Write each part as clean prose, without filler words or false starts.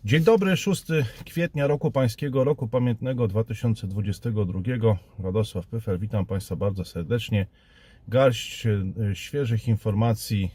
Dzień dobry, 6 kwietnia roku pańskiego, roku pamiętnego 2022. Radosław Pyfel, witam Państwa bardzo serdecznie. Garść świeżych informacji,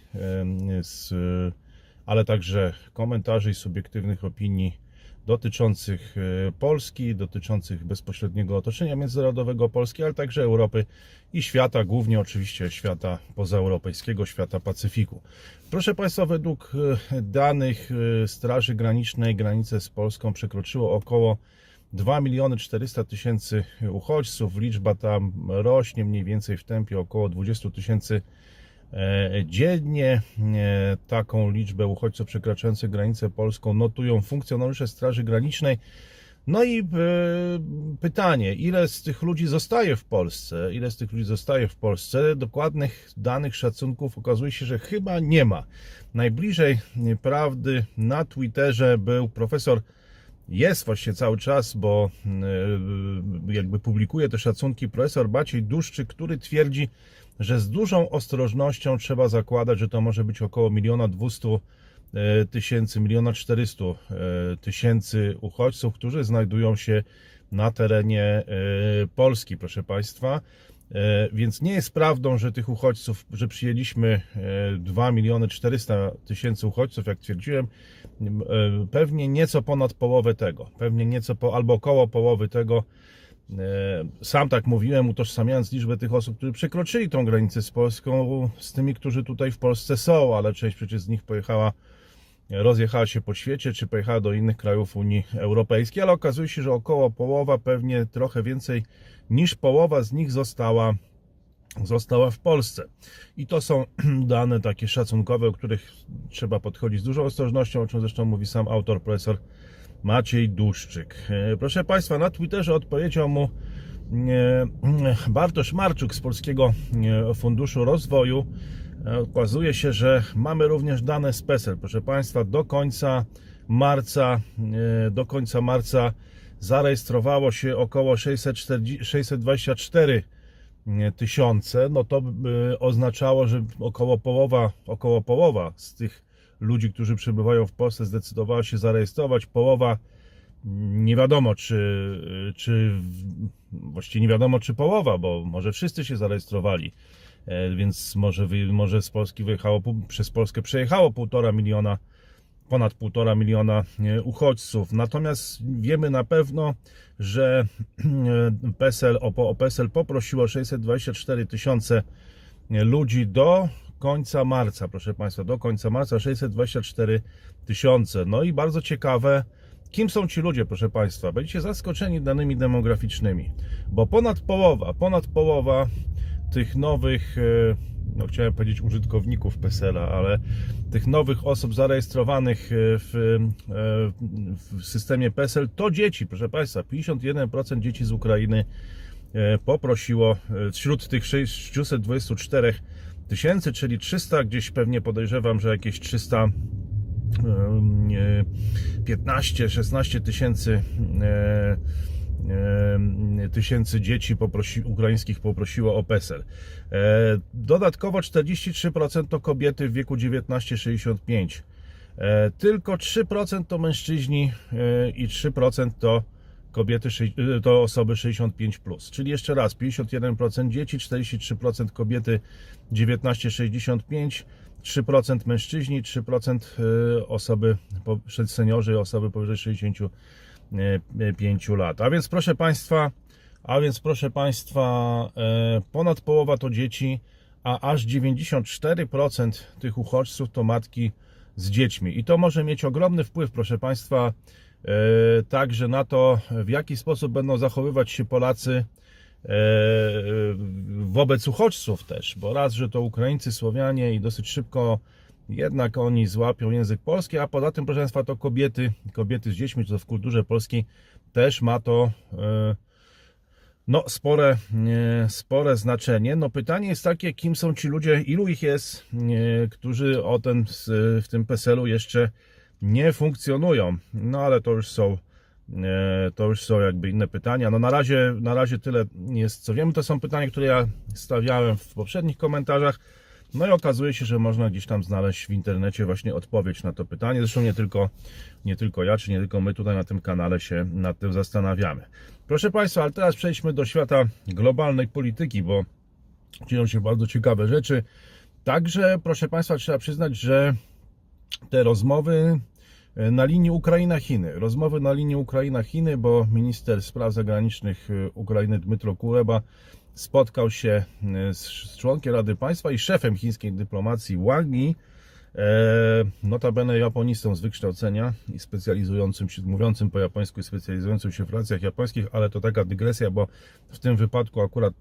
ale także komentarzy i subiektywnych opinii dotyczących Polski, dotyczących bezpośredniego otoczenia międzynarodowego Polski, ale także Europy i świata, głównie oczywiście świata pozaeuropejskiego, świata Pacyfiku. Proszę Państwa, według danych Straży Granicznej granice z Polską przekroczyło około 2 400 000 uchodźców. Liczba tam rośnie mniej więcej w tempie około 20 000 dziennie. Taką liczbę uchodźców przekraczających granicę polską notują funkcjonariusze Straży Granicznej. No i pytanie, ile z tych ludzi zostaje w Polsce? Ile z tych ludzi zostaje w Polsce? Dokładnych danych, szacunków okazuje się, że chyba nie ma. Najbliżej prawdy na Twitterze był profesor, jest właśnie cały czas, bo jakby publikuje te szacunki, profesor Maciej Duszczyk, który twierdzi, że z dużą ostrożnością trzeba zakładać, że to może być około 1 200 000, 400 000 uchodźców, którzy znajdują się na terenie Polski, proszę Państwa. Więc nie jest prawdą, że tych uchodźców, że przyjęliśmy 2 400 000 uchodźców, jak twierdziłem. Pewnie nieco ponad połowę tego, pewnie nieco albo około połowy tego. Sam tak mówiłem, utożsamiając liczbę tych osób, którzy przekroczyli tą granicę z Polską, z tymi, którzy tutaj w Polsce są, ale część przecież z nich rozjechała się po świecie, czy pojechała do innych krajów Unii Europejskiej, ale okazuje się, że około połowa, pewnie trochę więcej niż połowa z nich została w Polsce. I to są dane takie szacunkowe, o których trzeba podchodzić z dużą ostrożnością, o czym zresztą mówi sam autor, profesor Maciej Duszczyk. Proszę Państwa, na Twitterze odpowiedział mu Bartosz Marczuk z Polskiego Funduszu Rozwoju. Okazuje się, że mamy również dane z PESEL. Proszę Państwa, do końca marca zarejestrowało się około 624 000. No to oznaczało, że około połowa z tych ludzi, którzy przebywają w Polsce, zdecydowała się zarejestrować. Połowa, nie wiadomo właściwie nie wiadomo czy połowa, bo może wszyscy się zarejestrowali, więc może z Polski przez Polskę przejechało ponad 1,5 miliona uchodźców. Natomiast wiemy na pewno, że o PESEL poprosiło 624 000 ludzi do końca marca, proszę Państwa, do końca marca 624 000. No i bardzo ciekawe, kim są ci ludzie, proszę Państwa. Będziecie zaskoczeni danymi demograficznymi, bo ponad połowa tych nowych, no chciałem powiedzieć użytkowników PESEL-a, ale tych nowych osób zarejestrowanych w systemie PESEL to dzieci, proszę Państwa. 51% dzieci z Ukrainy poprosiło wśród tych 624 000, czyli 300, gdzieś pewnie podejrzewam, że jakieś 315-16 tysięcy dzieci ukraińskich poprosiło o PESEL. Dodatkowo 43% to kobiety w wieku 19-65. Tylko 3% to mężczyźni i 3% to kobiety, to osoby 65+. Czyli jeszcze raz, 51% dzieci, 43% kobiety 19-65, 3% mężczyźni, 3% osoby, seniorzy, osoby powyżej 65 lat. A więc proszę Państwa, ponad połowa to dzieci, a aż 94% tych uchodźców to matki z dziećmi. I to może mieć ogromny wpływ, proszę Państwa, także na to, w jaki sposób będą zachowywać się Polacy wobec uchodźców też, bo raz, że to Ukraińcy, Słowianie i dosyć szybko jednak oni złapią język polski, a poza tym, proszę Państwa, to kobiety z dziećmi, to w kulturze polskiej też ma to no, spore znaczenie. No pytanie jest takie, kim są ci ludzie, ilu ich jest, którzy w tym PESEL-u jeszcze nie funkcjonują. No ale to już są jakby inne pytania. No na razie tyle jest, co wiemy. To są pytania, które ja stawiałem w poprzednich komentarzach. No i okazuje się, że można gdzieś tam znaleźć w internecie właśnie odpowiedź na to pytanie. Zresztą nie tylko ja, czy nie tylko my tutaj na tym kanale się nad tym zastanawiamy. Proszę Państwa, ale teraz przejdźmy do świata globalnej polityki, bo dzieją się bardzo ciekawe rzeczy. Także, proszę Państwa, trzeba przyznać, że te rozmowy na linii Ukraina-Chiny, bo minister spraw zagranicznych Ukrainy Dmytro Kuleba spotkał się z członkiem Rady Państwa i szefem chińskiej dyplomacji Wang Yi, notabene japonistą z wykształcenia i specjalizującym się, mówiącym po japońsku i specjalizującym się w relacjach japońskich, ale to taka dygresja, bo w tym wypadku akurat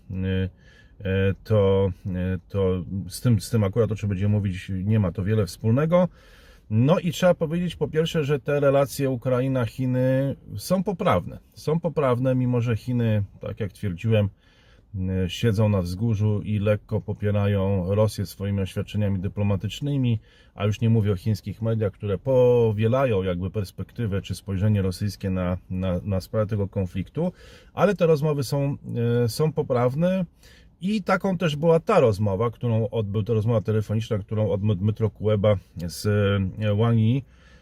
z tym akurat, o czym będziemy mówić, nie ma to wiele wspólnego. No i trzeba powiedzieć po pierwsze, że te relacje Ukraina-Chiny są poprawne, mimo że Chiny, tak jak twierdziłem, siedzą na wzgórzu i lekko popierają Rosję swoimi oświadczeniami dyplomatycznymi, a już nie mówię o chińskich mediach, które powielają jakby perspektywę czy spojrzenie rosyjskie na sprawę tego konfliktu, ale te rozmowy są poprawne i taką też była ta rozmowa, ta rozmowa telefoniczna, którą odbył Dmytro Kuleba z Wang Yi.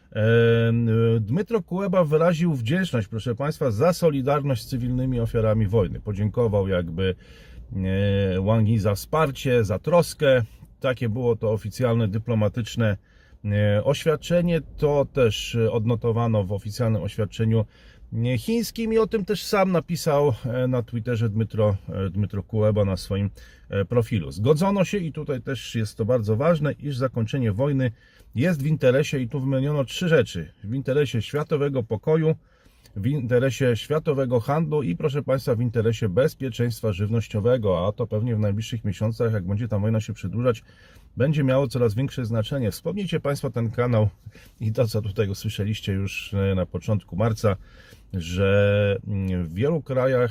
Dmytro Kuleba wyraził wdzięczność, proszę Państwa, za solidarność z cywilnymi ofiarami wojny. Podziękował jakby Wang Yi za wsparcie, za troskę. Takie było to oficjalne, dyplomatyczne oświadczenie. To też odnotowano w oficjalnym oświadczeniu chińskim i o tym też sam napisał na Twitterze Dmytro Kuleba na swoim profilu. Zgodzono się i tutaj też jest to bardzo ważne, iż zakończenie wojny jest w interesie, i tu wymieniono 3 rzeczy: w interesie światowego pokoju, w interesie światowego handlu i, proszę Państwa, w interesie bezpieczeństwa żywnościowego, a to pewnie w najbliższych miesiącach, jak będzie ta wojna się przedłużać, będzie miało coraz większe znaczenie. Wspomnijcie Państwo ten kanał i to, co tutaj usłyszeliście już na początku marca, że wielu krajom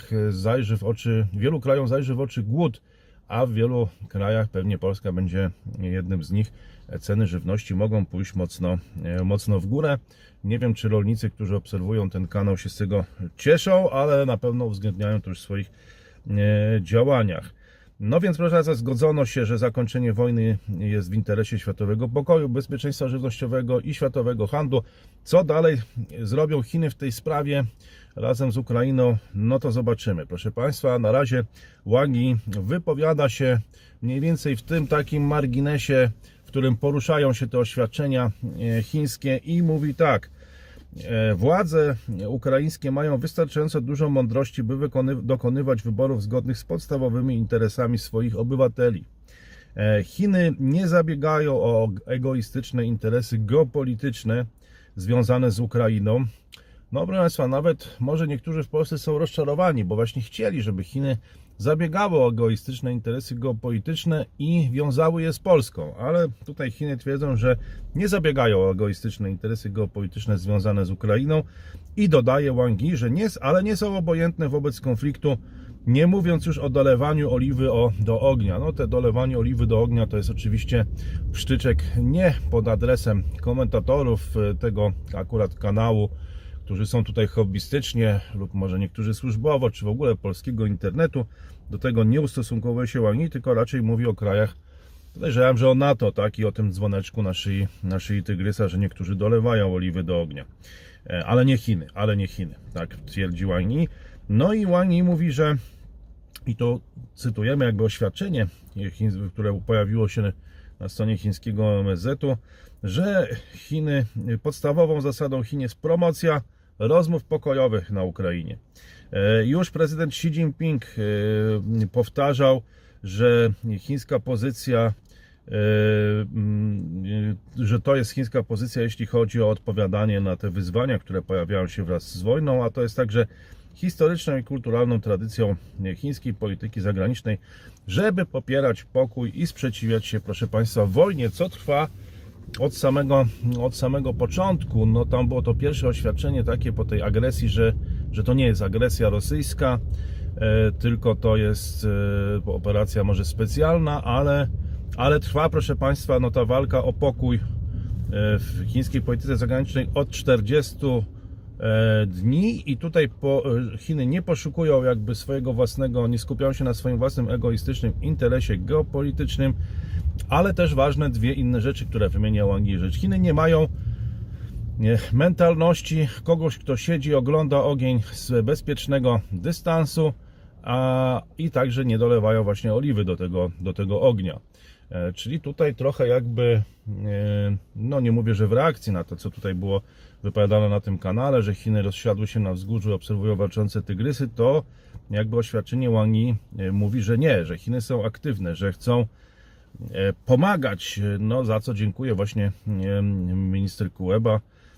zajrzy w oczy głód, a w wielu krajach, pewnie Polska będzie jednym z nich, ceny żywności mogą pójść mocno w górę. Nie wiem, czy rolnicy, którzy obserwują ten kanał, się z tego cieszą, ale na pewno uwzględniają to już w swoich działaniach. No więc, proszę Państwa, zgodzono się, że zakończenie wojny jest w interesie światowego pokoju, bezpieczeństwa żywnościowego i światowego handlu. Co dalej zrobią Chiny w tej sprawie razem z Ukrainą, no to zobaczymy. Proszę Państwa, na razie Wang Yi wypowiada się mniej więcej w tym takim marginesie, w którym poruszają się te oświadczenia chińskie, i mówi tak: władze ukraińskie mają wystarczająco dużo mądrości, by dokonywać wyborów zgodnych z podstawowymi interesami swoich obywateli. Chiny nie zabiegają o egoistyczne interesy geopolityczne związane z Ukrainą. No, proszę Państwa, nawet może niektórzy w Polsce są rozczarowani, bo właśnie chcieli, żeby Chiny zabiegały o egoistyczne interesy geopolityczne i wiązały je z Polską, ale tutaj Chiny twierdzą, że nie zabiegają o egoistyczne interesy geopolityczne związane z Ukrainą, i dodaje Wang Yi, że nie są obojętne wobec konfliktu, nie mówiąc już o dolewaniu oliwy do ognia. No, te dolewanie oliwy do ognia to jest oczywiście psztyczek nie pod adresem komentatorów tego akurat kanału, którzy są tutaj hobbystycznie lub może niektórzy służbowo, czy w ogóle polskiego internetu. Do tego nie ustosunkowuje się Wang Yi, tylko raczej mówi o krajach, podejrzewam, że o NATO, tak, i o tym dzwoneczku na szyi tygrysa, że niektórzy dolewają oliwy do ognia. Ale nie Chiny, tak twierdzi Wang Yi. No i Wang Yi mówi, że, i to cytujemy jakby oświadczenie, które pojawiło się na stronie chińskiego MSZ-u, że Chiny, podstawową zasadą Chin jest promocja rozmów pokojowych na Ukrainie. Już prezydent Xi Jinping powtarzał, że chińska pozycja, że to jest chińska pozycja, jeśli chodzi o odpowiadanie na te wyzwania, które pojawiają się wraz z wojną, a to jest także historyczną i kulturalną tradycją chińskiej polityki zagranicznej, żeby popierać pokój i sprzeciwiać się, proszę Państwa, wojnie, co trwa od samego początku. No, tam było to pierwsze oświadczenie takie po tej agresji, że to nie jest agresja rosyjska, tylko to jest operacja może specjalna, ale trwa, proszę Państwa, no ta walka o pokój w chińskiej polityce zagranicznej od 40 dni, i tutaj Chiny nie poszukują jakby swojego własnego, nie skupiają się na swoim własnym egoistycznym interesie geopolitycznym, Ale też ważne dwie inne rzeczy, które wymieniał Wang Yi. Chiny nie mają mentalności kogoś, kto siedzi, ogląda ogień z bezpiecznego dystansu, i także nie dolewają właśnie oliwy do tego ognia. Czyli tutaj trochę jakby, no nie mówię, że w reakcji na to, co tutaj było wypowiadane na tym kanale, że Chiny rozsiadły się na wzgórzu i obserwują walczące tygrysy, to jakby oświadczenie Wang Yi mówi, że nie, że Chiny są aktywne, że chcą pomagać, no za co dziękuję właśnie minister Kueba,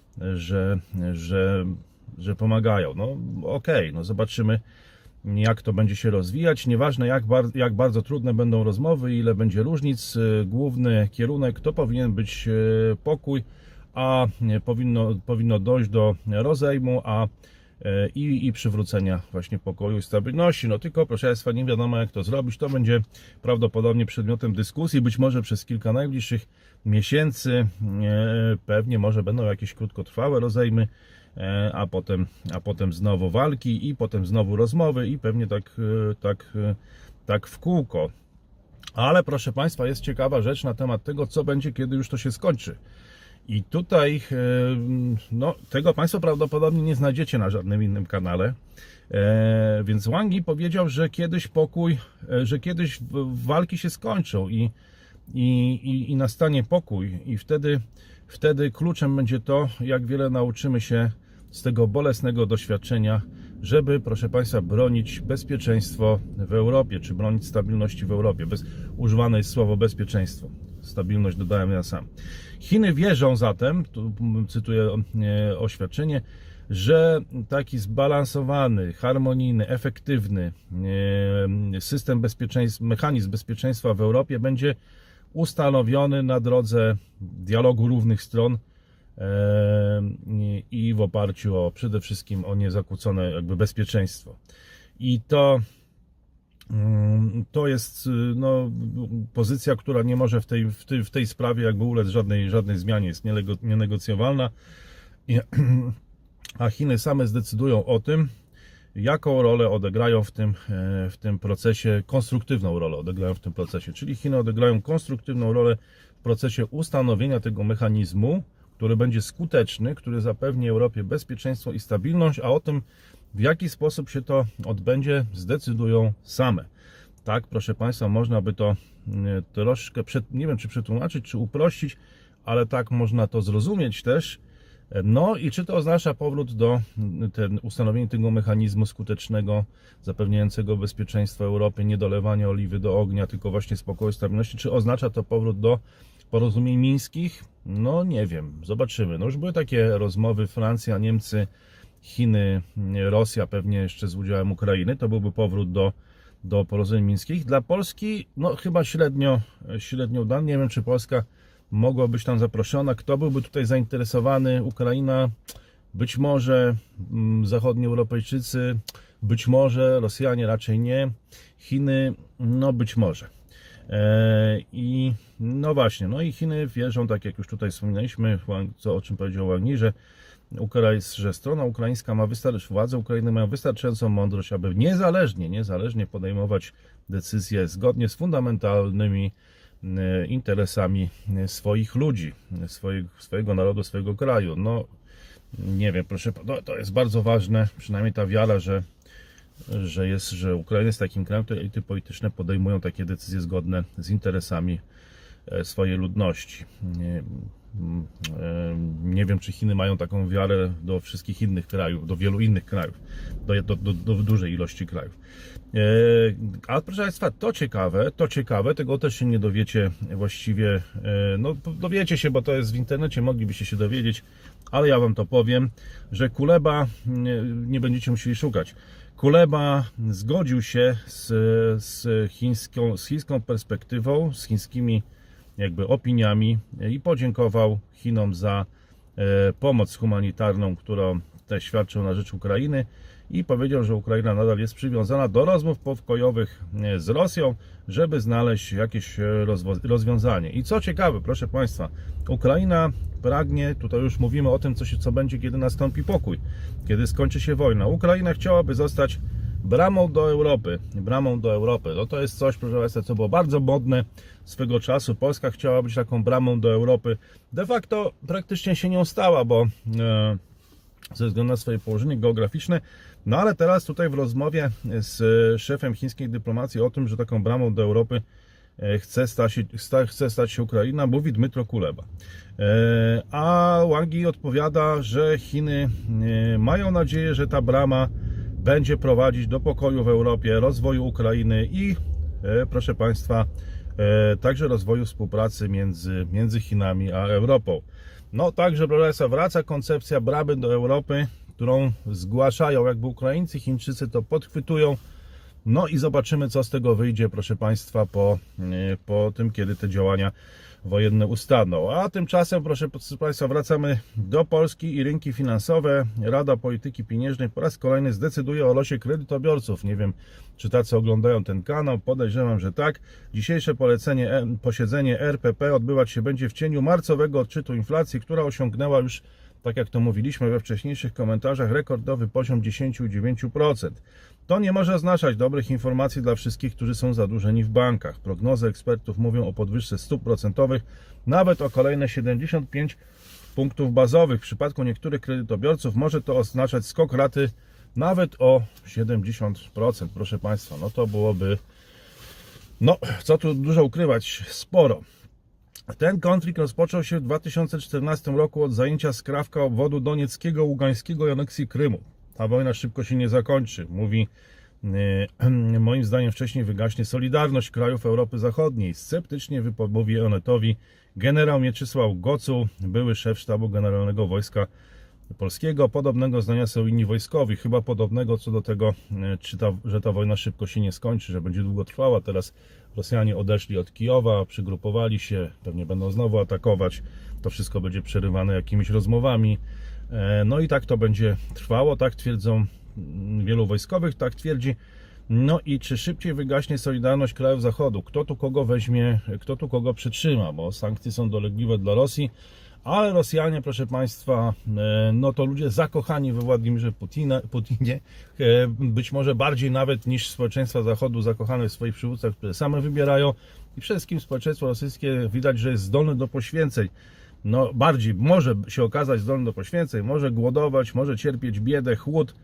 że pomagają. No okej, no zobaczymy, jak to będzie się rozwijać. Nieważne jak bardzo trudne będą rozmowy, ile będzie różnic, główny kierunek to powinien być pokój, a powinno dojść do rozejmu, i przywrócenia właśnie pokoju i stabilności. No tylko, proszę Państwa, nie wiadomo jak to zrobić. To będzie prawdopodobnie przedmiotem dyskusji, być może przez kilka najbliższych miesięcy. Pewnie może będą jakieś krótkotrwałe rozejmy, a potem znowu walki i potem znowu rozmowy i pewnie tak w kółko. Ale proszę Państwa, jest ciekawa rzecz na temat tego, co będzie, kiedy już to się skończy. I tutaj, no, tego Państwo prawdopodobnie nie znajdziecie na żadnym innym kanale. Więc Wang Yi powiedział, że kiedyś że kiedyś walki się skończą i nastanie pokój. I wtedy kluczem będzie to, jak wiele nauczymy się z tego bolesnego doświadczenia, żeby, proszę Państwa, bronić bezpieczeństwo w Europie, czy bronić stabilności w Europie. Używane jest słowo bezpieczeństwo. Stabilność dodałem ja sam. Chiny wierzą zatem, tu cytuję oświadczenie, że taki zbalansowany, harmonijny, efektywny system bezpieczeństwa, mechanizm bezpieczeństwa w Europie będzie ustanowiony na drodze dialogu równych stron i w oparciu przede wszystkim o niezakłócone jakby bezpieczeństwo. I to jest no, pozycja, która nie może w tej sprawie jakby ulec żadnej zmianie, jest nienegocjowalna, a Chiny same zdecydują o tym, jaką rolę odegrają w tym procesie, konstruktywną rolę odegrają w tym procesie, czyli Chiny odegrają konstruktywną rolę w procesie ustanowienia tego mechanizmu, który będzie skuteczny, który zapewni Europie bezpieczeństwo i stabilność, a o tym, w jaki sposób się to odbędzie, zdecydują same. Tak, proszę Państwa, można by to troszkę, nie wiem czy przetłumaczyć, czy uprościć, ale tak można to zrozumieć też. No i czy to oznacza powrót do ustanowienia tego mechanizmu skutecznego, zapewniającego bezpieczeństwo Europy, nie dolewania oliwy do ognia, tylko właśnie spokoju i stabilności, czy oznacza to powrót do porozumień mińskich? No nie wiem, zobaczymy. No już były takie rozmowy, Francja, Niemcy, Chiny, Rosja, pewnie jeszcze z udziałem Ukrainy, to byłby powrót do porozumień mińskich. Dla Polski, no chyba średnio udany. Nie wiem, czy Polska mogła być tam zaproszona. Kto byłby tutaj zainteresowany? Ukraina, być może zachodni Europejczycy, być może Rosjanie, raczej nie. Chiny, no być może. I no właśnie, no i Chiny wierzą, tak jak już tutaj wspominaliśmy, o czym powiedział Wang Yi, że strona ukraińska ma władze Ukrainy mają wystarczającą mądrość, aby niezależnie podejmować decyzje zgodnie z fundamentalnymi interesami swoich ludzi, swojego narodu, swojego kraju. No nie wiem, proszę, no, to jest bardzo ważne, przynajmniej ta wiara, że Ukraina jest takim krajem, które elity polityczne podejmują takie decyzje zgodne z interesami swojej ludności. Nie wiem, czy Chiny mają taką wiarę do wszystkich innych krajów, do wielu innych krajów, do dużej ilości krajów. Ale proszę Państwa, to ciekawe, tego też się nie dowiecie właściwie, no dowiecie się, bo to jest w internecie, moglibyście się dowiedzieć, ale ja Wam to powiem, że Kuleba, nie będziecie musieli szukać, Kuleba zgodził się z chińską perspektywą, z chińskimi jakby opiniami i podziękował Chinom za pomoc humanitarną, którą te świadczą na rzecz Ukrainy i powiedział, że Ukraina nadal jest przywiązana do rozmów pokojowych z Rosją, żeby znaleźć jakieś rozwiązanie. I co ciekawe, proszę Państwa, Ukraina pragnie, tutaj już mówimy o tym, co będzie, kiedy nastąpi pokój, kiedy skończy się wojna. Ukraina chciałaby zostać bramą do Europy. Bramą do Europy. No to jest coś, proszę Państwa, co było bardzo modne swego czasu. Polska chciała być taką bramą do Europy. De facto praktycznie się nią stała, bo ze względu na swoje położenie geograficzne. No ale teraz tutaj w rozmowie z szefem chińskiej dyplomacji o tym, że taką bramą do Europy chce stać się Ukraina, mówi Dmytro Kuleba. A Wang Yi odpowiada, że Chiny mają nadzieję, że ta brama będzie prowadzić do pokoju w Europie, rozwoju Ukrainy i, proszę Państwa, także rozwoju współpracy między Chinami a Europą. No także, proszę Państwa, wraca koncepcja bramy do Europy, którą zgłaszają jakby Ukraińcy, Chińczycy to podchwytują. No i zobaczymy, co z tego wyjdzie, proszę Państwa, po tym, kiedy te działania wojenne ustaną. A tymczasem, proszę Państwa, wracamy do Polski i rynki finansowe. Rada Polityki Pieniężnej po raz kolejny zdecyduje o losie kredytobiorców. Nie wiem, czy tacy oglądają ten kanał. Podejrzewam, że tak. Dzisiejsze posiedzenie RPP odbywać się będzie w cieniu marcowego odczytu inflacji, która osiągnęła już, tak jak to mówiliśmy we wcześniejszych komentarzach, rekordowy poziom 10,9%. To nie może oznaczać dobrych informacji dla wszystkich, którzy są zadłużeni w bankach. Prognozy ekspertów mówią o podwyżce stóp procentowych nawet o kolejne 75 punktów bazowych. W przypadku niektórych kredytobiorców może to oznaczać skok raty nawet o 70%. Proszę Państwa, no to byłoby, no co tu dużo ukrywać, sporo. Ten konflikt rozpoczął się w 2014 roku od zajęcia skrawka obwodu donieckiego, ługańskiego i aneksji Krymu. Ta wojna szybko się nie zakończy. Moim zdaniem wcześniej wygaśnie solidarność krajów Europy Zachodniej. Sceptycznie mówi Onetowi generał Mieczysław Gocuł, były szef sztabu generalnego Wojska Polskiego. Podobnego zdania są inni wojskowi. Chyba podobnego co do tego, że ta wojna szybko się nie skończy, że będzie długo trwała. Teraz Rosjanie odeszli od Kijowa, przygrupowali się, pewnie będą znowu atakować. To wszystko będzie przerywane jakimiś rozmowami. No i tak to będzie trwało, tak twierdzą wielu wojskowych, tak twierdzi. No i czy szybciej wygaśnie solidarność krajów Zachodu? Kto tu kogo weźmie, kto tu kogo przytrzyma? Bo sankcje są dolegliwe dla Rosji, ale Rosjanie, proszę Państwa, no to ludzie zakochani we Władimirze Putinie, być może bardziej nawet niż społeczeństwa Zachodu zakochane w swoich przywódcach, które same wybierają. I przede wszystkim społeczeństwo rosyjskie widać, że jest zdolne do poświęceń. No bardziej może się okazać zdolny do poświęceń, może głodować, może cierpieć biedę, chłód,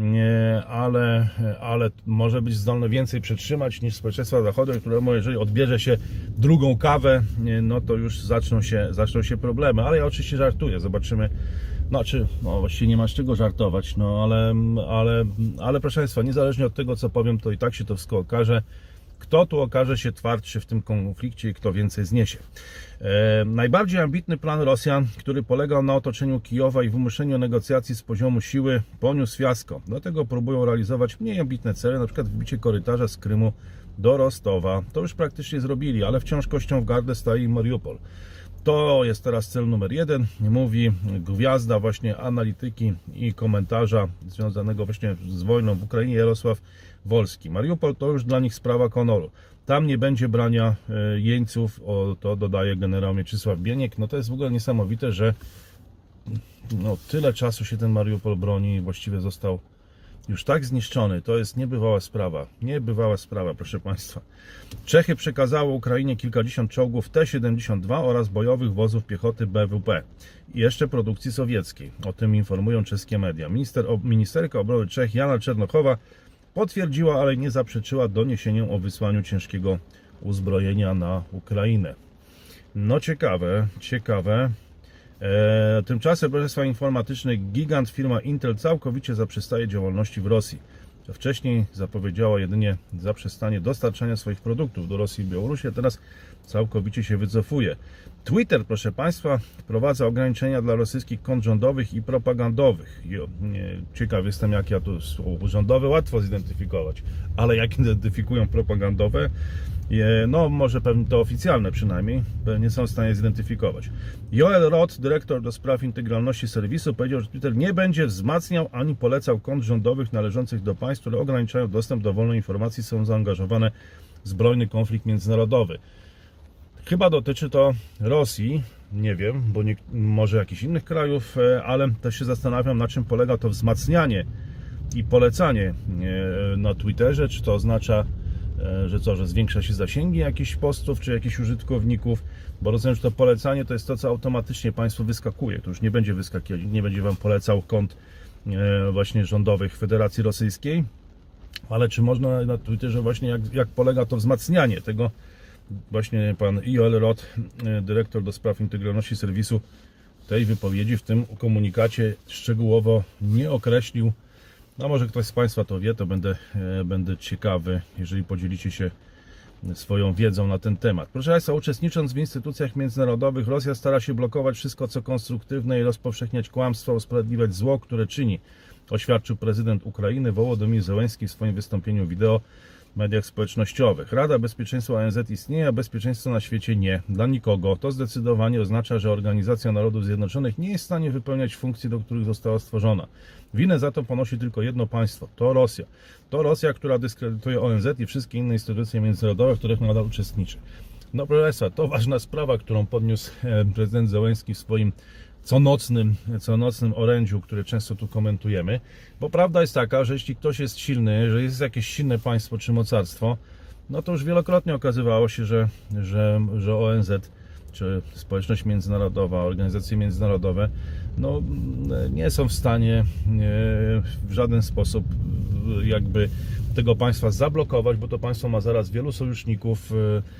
ale może być zdolny więcej przetrzymać niż społeczeństwa zachodnie, któremu jeżeli odbierze się drugą kawę, no to już zaczną się problemy. Ale ja oczywiście żartuję, zobaczymy. Znaczy, no właściwie nie ma z czego żartować, no ale proszę Państwa, niezależnie od tego, co powiem, to i tak się to wszystko okaże. Kto tu okaże się twardszy w tym konflikcie i kto więcej zniesie. Najbardziej ambitny plan Rosjan, który polegał na otoczeniu Kijowa i wymuszeniu negocjacji z poziomu siły, poniósł fiasko. Dlatego próbują realizować mniej ambitne cele, na przykład wbicie korytarza z Krymu do Rostowa. To już praktycznie zrobili, ale wciąż kością w gardę staje Mariupol. To jest teraz cel numer 1, mówi gwiazda właśnie analityki i komentarza związanego właśnie z wojną w Ukrainie Jarosław Wolski. Mariupol to już dla nich sprawa honoru. Tam nie będzie brania jeńców, to dodaje generał Mieczysław Bieniek. No to jest w ogóle niesamowite, że no, tyle czasu się ten Mariupol broni i właściwie został już tak zniszczony. To jest niebywała sprawa. Niebywała sprawa, proszę Państwa. Czechy przekazały Ukrainie kilkadziesiąt czołgów T-72 oraz bojowych wozów piechoty BWP. I jeszcze produkcji sowieckiej. O tym informują czeskie media. Ministerka obrony Czech Jana Czernochowa potwierdziła, ale nie zaprzeczyła doniesieniom o wysłaniu ciężkiego uzbrojenia na Ukrainę. No ciekawe, ciekawe. Tymczasem, proszę Państwa, informatyczny gigant firma Intel całkowicie zaprzestaje działalności w Rosji. Wcześniej zapowiedziała jedynie zaprzestanie dostarczania swoich produktów do Rosji i Białorusi, a teraz całkowicie się wycofuje. Twitter, proszę Państwa, wprowadza ograniczenia dla rosyjskich kont rządowych i propagandowych. Ciekaw jestem, jak ja tu rządowe łatwo zidentyfikować, ale jak identyfikują propagandowe, no może pewnie to oficjalne przynajmniej, nie są w stanie zidentyfikować. Joel Roth, dyrektor do spraw integralności serwisu, powiedział, że Twitter nie będzie wzmacniał ani polecał kont rządowych należących do państw, które ograniczają dostęp do wolnej informacji, są zaangażowane w zbrojny konflikt międzynarodowy. Chyba dotyczy to Rosji, nie wiem, bo może jakichś innych krajów, ale też się zastanawiam, na czym polega to wzmacnianie i polecanie na Twitterze, czy to oznacza, że co, że zwiększa się zasięgi jakichś postów, czy jakichś użytkowników, bo rozumiem, że to polecanie to jest to, co automatycznie Państwu wyskakuje, to już nie będzie wyskakiwać, nie będzie Wam polecał kont właśnie rządowych Federacji Rosyjskiej, ale czy można na Twitterze właśnie, jak polega to wzmacnianie tego, właśnie pan Joel Roth, dyrektor do spraw integralności serwisu, tej wypowiedzi w tym komunikacie szczegółowo nie określił. No może ktoś z Państwa to wie, to będę ciekawy, jeżeli podzielicie się swoją wiedzą na ten temat. Proszę Państwa, uczestnicząc w instytucjach międzynarodowych, Rosja stara się blokować wszystko, co konstruktywne i rozpowszechniać kłamstwa, usprawiedliwiać zło, które czyni, oświadczył prezydent Ukrainy Wołodymyr Zełenski w swoim wystąpieniu wideo w mediach społecznościowych. Rada Bezpieczeństwa ONZ istnieje, a bezpieczeństwo na świecie nie. Dla nikogo. To zdecydowanie oznacza, że Organizacja Narodów Zjednoczonych nie jest w stanie wypełniać funkcji, do których została stworzona. Winę za to ponosi tylko jedno państwo. To Rosja. To Rosja, która dyskredytuje ONZ i wszystkie inne instytucje międzynarodowe, w których nadal uczestniczy. No proszę Państwa, to ważna sprawa, którą podniósł prezydent Zełenski w swoim co nocnym orędziu, które często tu komentujemy, bo prawda jest taka, że jeśli ktoś jest silny, że jest jakieś silne państwo czy mocarstwo, no to już wielokrotnie okazywało się, że ONZ czy społeczność międzynarodowa, organizacje międzynarodowe no, nie są w stanie w żaden sposób jakby tego państwa zablokować, bo to państwo ma zaraz wielu sojuszników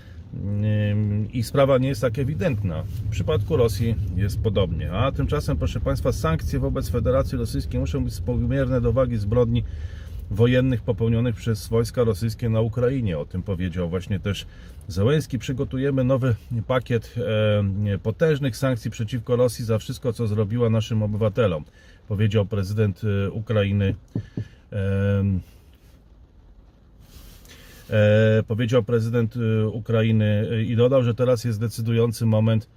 i sprawa nie jest tak ewidentna. W przypadku Rosji jest podobnie. A tymczasem, proszę Państwa, sankcje wobec Federacji Rosyjskiej muszą być współmierne do wagi zbrodni wojennych popełnionych przez wojska rosyjskie na Ukrainie. O tym powiedział właśnie też Zełenski. Przygotujemy nowy pakiet potężnych sankcji przeciwko Rosji za wszystko, co zrobiła naszym obywatelom, powiedział prezydent Ukrainy. Powiedział prezydent Ukrainy i dodał, że teraz jest decydujący moment.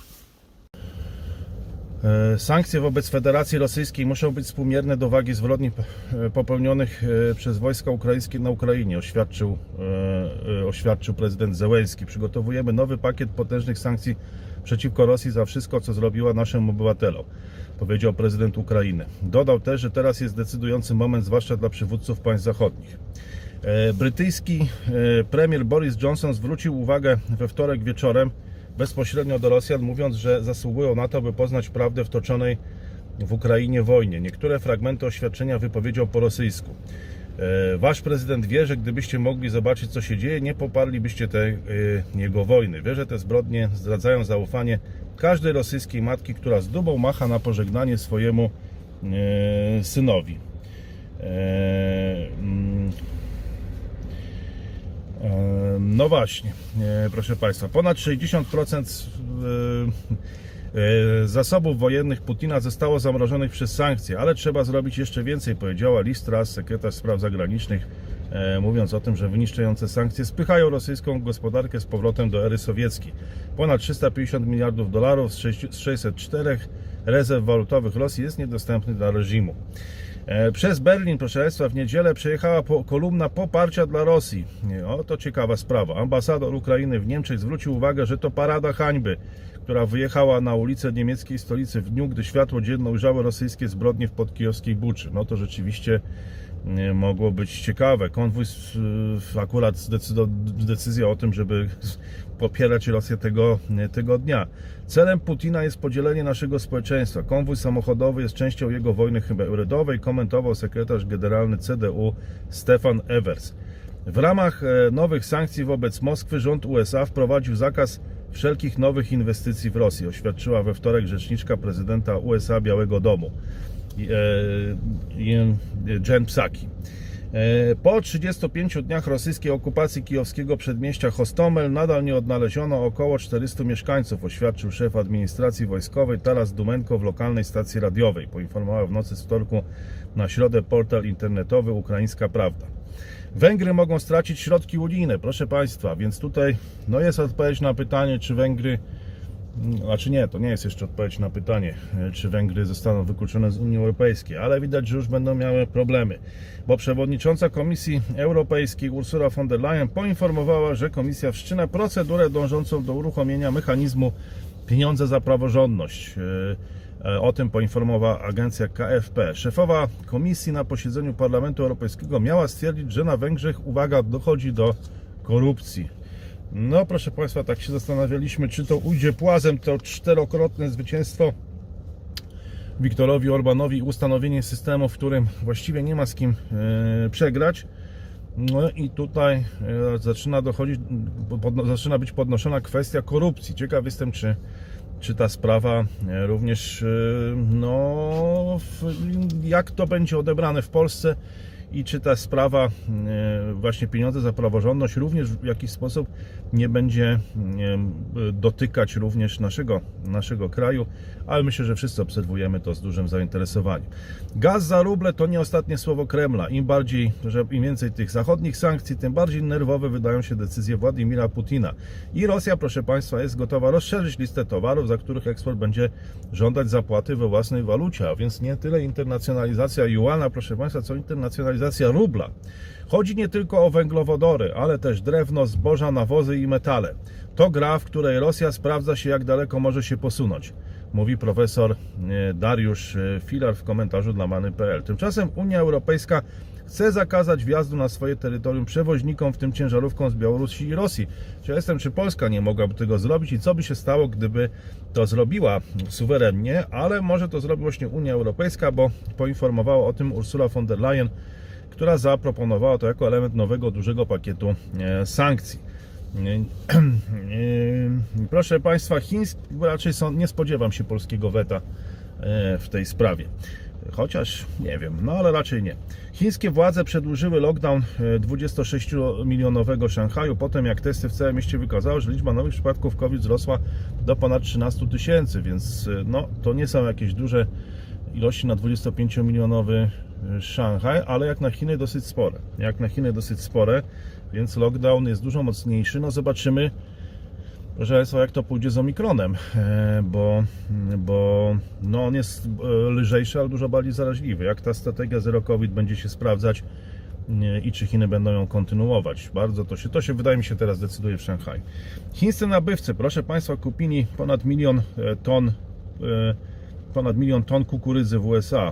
Sankcje wobec Federacji Rosyjskiej muszą być współmierne do wagi zbrodni popełnionych przez wojska ukraińskie na Ukrainie, oświadczył prezydent Zełenski. Przygotowujemy nowy pakiet potężnych sankcji przeciwko Rosji za wszystko, co zrobiła naszym obywatelom, powiedział prezydent Ukrainy. Dodał też, że teraz jest decydujący moment, zwłaszcza dla przywódców państw zachodnich. Brytyjski premier Boris Johnson zwrócił uwagę we wtorek wieczorem bezpośrednio do Rosjan, mówiąc, że zasługują na to, by poznać prawdę w toczonej w Ukrainie wojnie. Niektóre fragmenty oświadczenia wypowiedział po rosyjsku. Wasz prezydent wie, że gdybyście mogli zobaczyć, co się dzieje, nie poparlibyście tej jego wojny. Wie, że te zbrodnie zdradzają zaufanie każdej rosyjskiej matki, która z dumą macha na pożegnanie swojemu synowi. No właśnie, proszę Państwa, ponad 60% zasobów wojennych Putina zostało zamrożonych przez sankcje, ale trzeba zrobić jeszcze więcej, powiedziała Liz Truss, sekretarz spraw zagranicznych, mówiąc o tym, że wyniszczające sankcje spychają rosyjską gospodarkę z powrotem do ery sowieckiej. Ponad 350 miliardów dolarów z 604 rezerw walutowych Rosji jest niedostępny dla reżimu. Przez Berlin, proszę Państwa, w niedzielę przejechała kolumna poparcia dla Rosji. O, to ciekawa sprawa. Ambasador Ukrainy w Niemczech zwrócił uwagę, że to parada hańby, która wyjechała na ulicę niemieckiej stolicy w dniu, gdy światło dzienne ujrzały rosyjskie zbrodnie w podkijowskiej Buczy. No to rzeczywiście mogło być ciekawe. Konwój akurat decyzja o tym, żeby popierać Rosję tego dnia. Celem Putina jest podzielenie naszego społeczeństwa. Konwój samochodowy jest częścią jego wojny hybrydowej, komentował sekretarz generalny CDU Stefan Evers. W ramach nowych sankcji wobec Moskwy rząd USA wprowadził zakaz wszelkich nowych inwestycji w Rosji, oświadczyła we wtorek rzeczniczka prezydenta USA Białego Domu Jen Psaki. Po 35 dniach rosyjskiej okupacji kijowskiego przedmieścia Hostomel nadal nie odnaleziono około 400 mieszkańców, oświadczył szef administracji wojskowej Taras Dumenko w lokalnej stacji radiowej. Poinformował w nocy z wtorku na środę portal internetowy Ukraińska Prawda. Węgry mogą stracić środki unijne, proszę Państwa, więc tutaj no jest odpowiedź na pytanie, czy Węgry, znaczy nie, to nie jest jeszcze odpowiedź na pytanie, czy Węgry zostaną wykluczone z Unii Europejskiej, ale widać, że już będą miały problemy, bo przewodnicząca Komisji Europejskiej Ursula von der Leyen poinformowała, że Komisja wszczyna procedurę dążącą do uruchomienia mechanizmu pieniądze za praworządność. O tym poinformowała agencja KFP. Szefowa komisji na posiedzeniu Parlamentu Europejskiego miała stwierdzić, że na Węgrzech, uwaga, dochodzi do korupcji. No proszę Państwa, tak się zastanawialiśmy, czy to ujdzie płazem, to 4-krotne zwycięstwo Viktorowi Orbanowi, ustanowienie systemu, w którym właściwie nie ma z kim przegrać. No i tutaj zaczyna być podnoszona kwestia korupcji. Ciekaw jestem, czy ta sprawa również, no, jak to będzie odebrane w Polsce i czy ta sprawa, właśnie pieniądze za praworządność, również w jakiś sposób nie będzie dotykać również naszego kraju, ale myślę, że wszyscy obserwujemy to z dużym zainteresowaniem. Gaz za ruble to nie ostatnie słowo Kremla. Im więcej tych zachodnich sankcji, tym bardziej nerwowe wydają się decyzje Władimira Putina. I Rosja, proszę Państwa, jest gotowa rozszerzyć listę towarów, za których eksport będzie żądać zapłaty we własnej walucie, a więc nie tyle internacjonalizacja juana, proszę Państwa, co internacjonalizacja rubla. Chodzi nie tylko o węglowodory, ale też drewno, zboża, nawozy i metale. To gra, w której Rosja sprawdza się, jak daleko może się posunąć, mówi profesor Dariusz Filar w komentarzu dla Many.pl. Tymczasem Unia Europejska chce zakazać wjazdu na swoje terytorium przewoźnikom, w tym ciężarówkom z Białorusi i Rosji. Czy Polska nie mogłaby tego zrobić i co by się stało, gdyby to zrobiła suwerennie, ale może to zrobić właśnie Unia Europejska, bo poinformowała o tym Ursula von der Leyen, która zaproponowała to jako element nowego, dużego pakietu sankcji. Proszę Państwa, raczej nie spodziewam się polskiego weta w tej sprawie. Chociaż nie wiem, no ale raczej nie. Chińskie władze przedłużyły lockdown 26-milionowego Szanghaju, potem jak testy w całym mieście wykazały, że liczba nowych przypadków COVID wzrosła do ponad 13 000, więc no, to nie są jakieś duże ilości na 25-milionowy Szanghaj, ale jak na Chiny dosyć spore. Więc lockdown jest dużo mocniejszy. No zobaczymy, proszę Państwa, jak to pójdzie z Omikronem, bo no on jest lżejszy, ale dużo bardziej zaraźliwy. Jak ta strategia Zero COVID będzie się sprawdzać i czy Chiny będą ją kontynuować. Bardzo to się wydaje mi się teraz decyduje w Szanghaju. Chińscy nabywcy, proszę Państwa, kupili ponad milion ton kukurydzy w USA.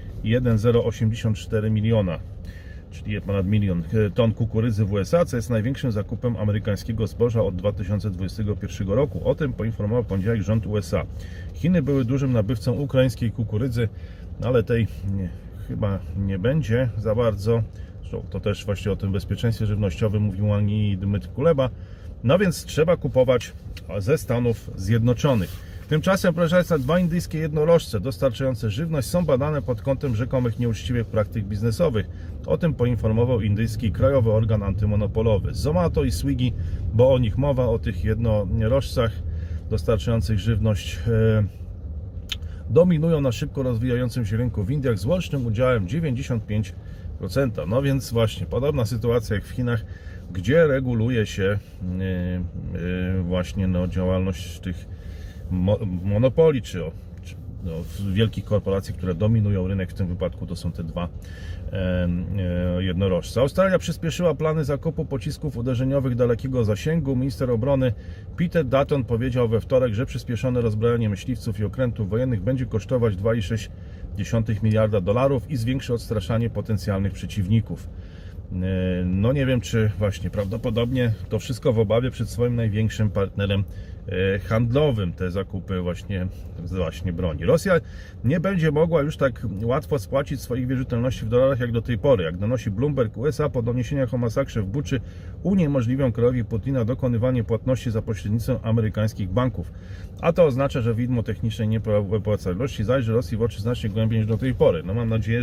1,084 miliona, czyli ponad milion ton kukurydzy w USA, co jest największym zakupem amerykańskiego zboża od 2021 roku. O tym poinformował w poniedziałek rząd USA. Chiny były dużym nabywcą ukraińskiej kukurydzy, ale tej chyba nie będzie za bardzo. To też właśnie o tym bezpieczeństwie żywnościowym mówił Dmytr Kuleba. No więc trzeba kupować ze Stanów Zjednoczonych. Tymczasem, proszę Państwa, 2 indyjskie jednorożce dostarczające żywność są badane pod kątem rzekomych nieuczciwych praktyk biznesowych. O tym poinformował indyjski krajowy organ antymonopolowy. Zomato i Swiggy, bo o nich mowa, o tych jednorożcach dostarczających żywność, dominują na szybko rozwijającym się rynku w Indiach z łącznym udziałem 95%. No więc właśnie podobna sytuacja jak w Chinach, gdzie reguluje się właśnie działalność tych monopoli, czy wielkich korporacji, które dominują rynek. W tym wypadku to są te 2 jednorożce. Australia przyspieszyła plany zakupu pocisków uderzeniowych dalekiego zasięgu. Minister obrony Peter Dutton powiedział we wtorek, że przyspieszone rozbrojenie myśliwców i okrętów wojennych będzie kosztować $2,6 miliarda i zwiększy odstraszanie potencjalnych przeciwników. No nie wiem, czy właśnie prawdopodobnie to wszystko w obawie przed swoim największym partnerem handlowym, te zakupy właśnie broni. Rosja nie będzie mogła już tak łatwo spłacić swoich wierzytelności w dolarach jak do tej pory. Jak donosi Bloomberg, USA po doniesieniach o masakrze w Buczy uniemożliwią krajowi Putina dokonywanie płatności za pośrednictwem amerykańskich banków. A to oznacza, że widmo technicznej nieopłacalności zajrzy Rosji w oczy znacznie głębiej niż do tej pory. No mam nadzieję,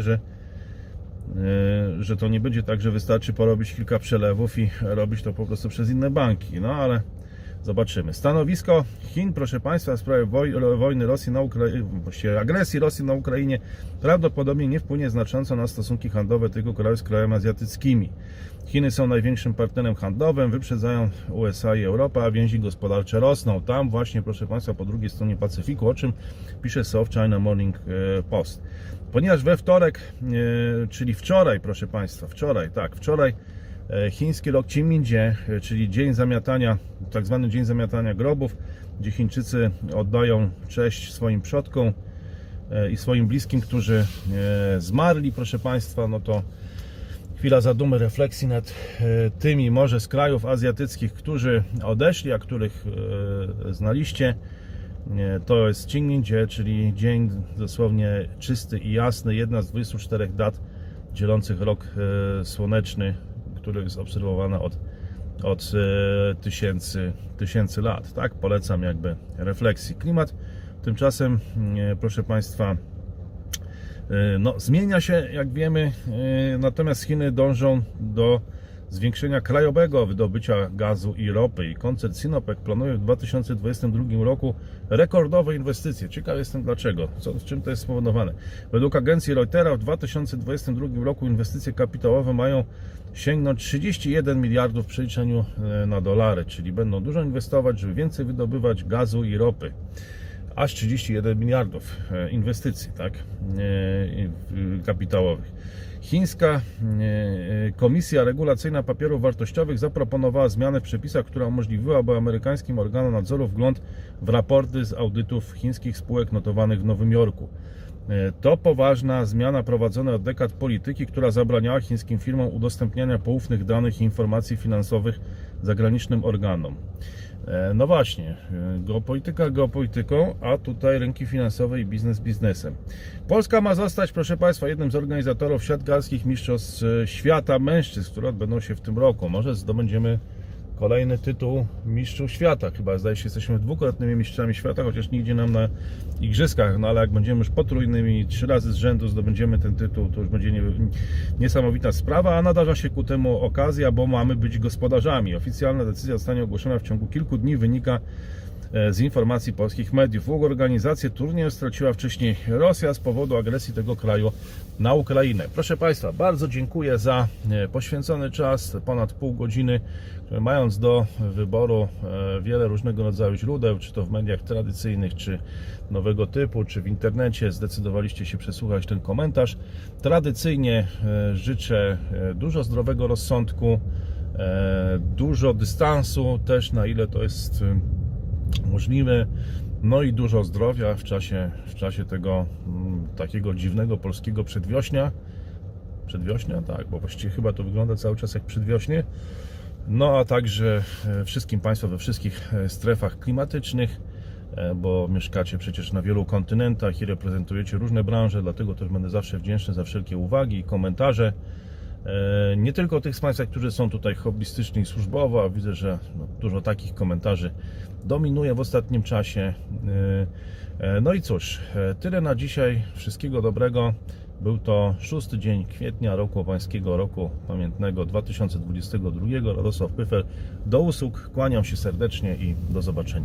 że to nie będzie tak, że wystarczy porobić kilka przelewów i robić to po prostu przez inne banki. No ale zobaczymy. Stanowisko Chin, proszę Państwa, w sprawie wojny Rosji na Ukrainie, właściwie agresji Rosji na Ukrainie, prawdopodobnie nie wpłynie znacząco na stosunki handlowe tego kraju z krajami azjatyckimi. Chiny są największym partnerem handlowym, wyprzedzają USA i Europę, a więzi gospodarcze rosną. Tam właśnie, proszę Państwa, po drugiej stronie Pacyfiku, o czym pisze South China Morning Post. Ponieważ we wtorek, czyli wczoraj, proszę Państwa, wczoraj chiński rok Qingming, czyli dzień zamiatania, tak zwany dzień zamiatania grobów, gdzie Chińczycy oddają cześć swoim przodkom, i swoim bliskim, którzy zmarli, proszę Państwa, no to chwila zadumy, refleksji nad tymi może z krajów azjatyckich, którzy odeszli, a których znaliście. To jest Qingming, czyli dzień dosłownie czysty i jasny, jedna z 24 dat dzielących rok słoneczny, który jest obserwowany od tysięcy lat. Tak, polecam jakby refleksji. Klimat tymczasem, proszę Państwa, no, zmienia się, jak wiemy, natomiast Chiny dążą do zwiększenia krajowego wydobycia gazu i ropy i koncern Sinopec planuje w 2022 roku rekordowe inwestycje. Ciekaw jestem dlaczego, czym to jest spowodowane. Według agencji Reutera w 2022 roku inwestycje kapitałowe mają sięgnąć 31 miliardów w przeliczeniu na dolary, czyli będą dużo inwestować, żeby więcej wydobywać gazu i ropy. Aż 31 miliardów inwestycji, tak, kapitałowych. Chińska Komisja Regulacyjna Papierów Wartościowych zaproponowała zmianę w przepisach, która umożliwiłaby amerykańskim organom nadzoru wgląd w raporty z audytów chińskich spółek notowanych w Nowym Jorku. To poważna zmiana prowadzona od dekad polityki, która zabraniała chińskim firmom udostępniania poufnych danych i informacji finansowych zagranicznym organom. No właśnie, geopolityka geopolityką, a tutaj rynki finansowe i biznes biznesem. Polska ma zostać, proszę Państwa, jednym z organizatorów siatkarskich mistrzostw świata mężczyzn, które odbędą się w tym roku. Może zdobędziemy kolejny tytuł mistrzów świata. Chyba zdaje się, jesteśmy dwukrotnymi mistrzami świata, chociaż nie idzie nam na igrzyskach, no ale jak będziemy już potrójnymi 3 razy z rzędu zdobędziemy ten tytuł, to już będzie niesamowita sprawa, a nadarza się ku temu okazja, bo mamy być gospodarzami. Oficjalna decyzja zostanie ogłoszona w ciągu kilku dni, wynika z informacji polskich mediów. Organizację turnieju straciła wcześniej Rosja z powodu agresji tego kraju na Ukrainę. Proszę Państwa, bardzo dziękuję za poświęcony czas, ponad pół godziny, mając do wyboru wiele różnego rodzaju źródeł, czy to w mediach tradycyjnych, czy nowego typu, czy w internecie, zdecydowaliście się przesłuchać ten komentarz. Tradycyjnie życzę dużo zdrowego rozsądku, dużo dystansu też, na ile to jest możliwe, no i dużo zdrowia w czasie tego takiego dziwnego polskiego przedwiośnia. Przedwiośnia? Tak, bo właściwie chyba to wygląda cały czas jak przedwiośnie. No a także wszystkim Państwu we wszystkich strefach klimatycznych, bo mieszkacie przecież na wielu kontynentach i reprezentujecie różne branże, dlatego też będę zawsze wdzięczny za wszelkie uwagi i komentarze. Nie tylko tych z Państwa, którzy są tutaj hobbystyczni i służbowo, a widzę, że dużo takich komentarzy dominuje w ostatnim czasie. No i cóż, tyle na dzisiaj. Wszystkiego dobrego. Był to 6 dzień kwietnia roku pańskiego, roku pamiętnego 2022. Radosław Pyfel. Do usług, kłaniam się serdecznie i do zobaczenia.